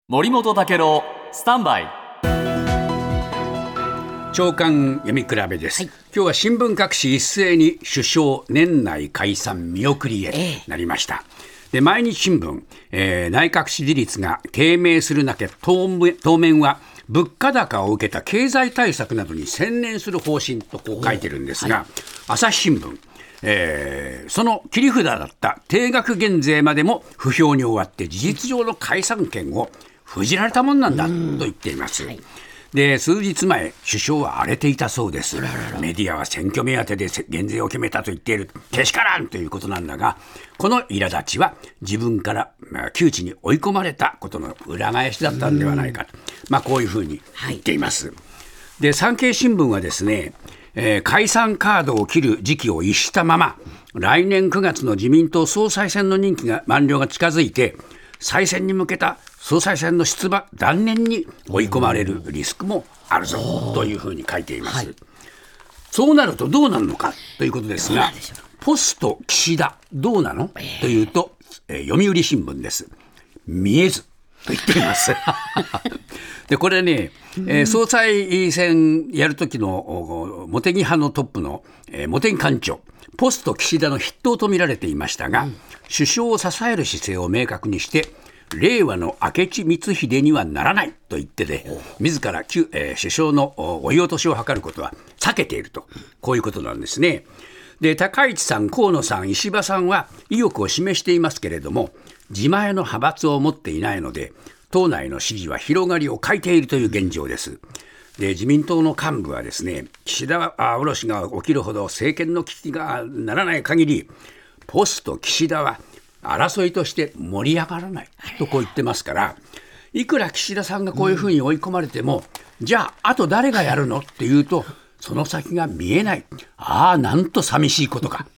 森本武郎スタンバイ朝刊読み比べです、今日は新聞各紙一斉に首相年内解散見送りへとなりました、で毎日新聞、内閣支持率が低迷する中当面は物価高を受けた経済対策などに専念する方針とこう書いてるんですが、朝日新聞、その切り札だった定額減税までも不評に終わって事実上の解散権を封じられたもんなんだと言っています、で数日前首相は荒れていたそうです。メディアは選挙目当てで減税を決めたと言っているけしからんということなんだが、この苛立ちは自分から窮地に追い込まれたことの裏返しだったんではないかと、こういうふうに言っています、で産経新聞はですね、解散カードを切る時期を逸したまま来年9月の自民党総裁選の任期が満了が近づいて再選に向けた総裁選の出馬断念に追い込まれるリスクもあるぞというふうに書いています、そうなるとどうなるのかということですが、ポスト岸田どうなのというと、読売新聞です。見えずと言っていますでこれね、総裁選やるときの茂木派のトップの、茂木幹事長ポスト岸田の筆頭と見られていましたが、首相を支える姿勢を明確にして令和の明智光秀にはならないと言って自ら首相の追い落としを図ることは避けていると、こういうことなんですね。で高市さん、河野さん、石破さんは意欲を示していますけれども自前の派閥を持っていないので党内の支持は広がりを欠いているという現状です。で自民党の幹部はですね、岸田降ろしが起きるほど政権の危機がならない限りポスト岸田は争いとして盛り上がらないとこう言ってますから、いくら岸田さんがこういうふうに追い込まれても、じゃああと誰がやるのっていうとその先が見えない。なんと寂しいことか。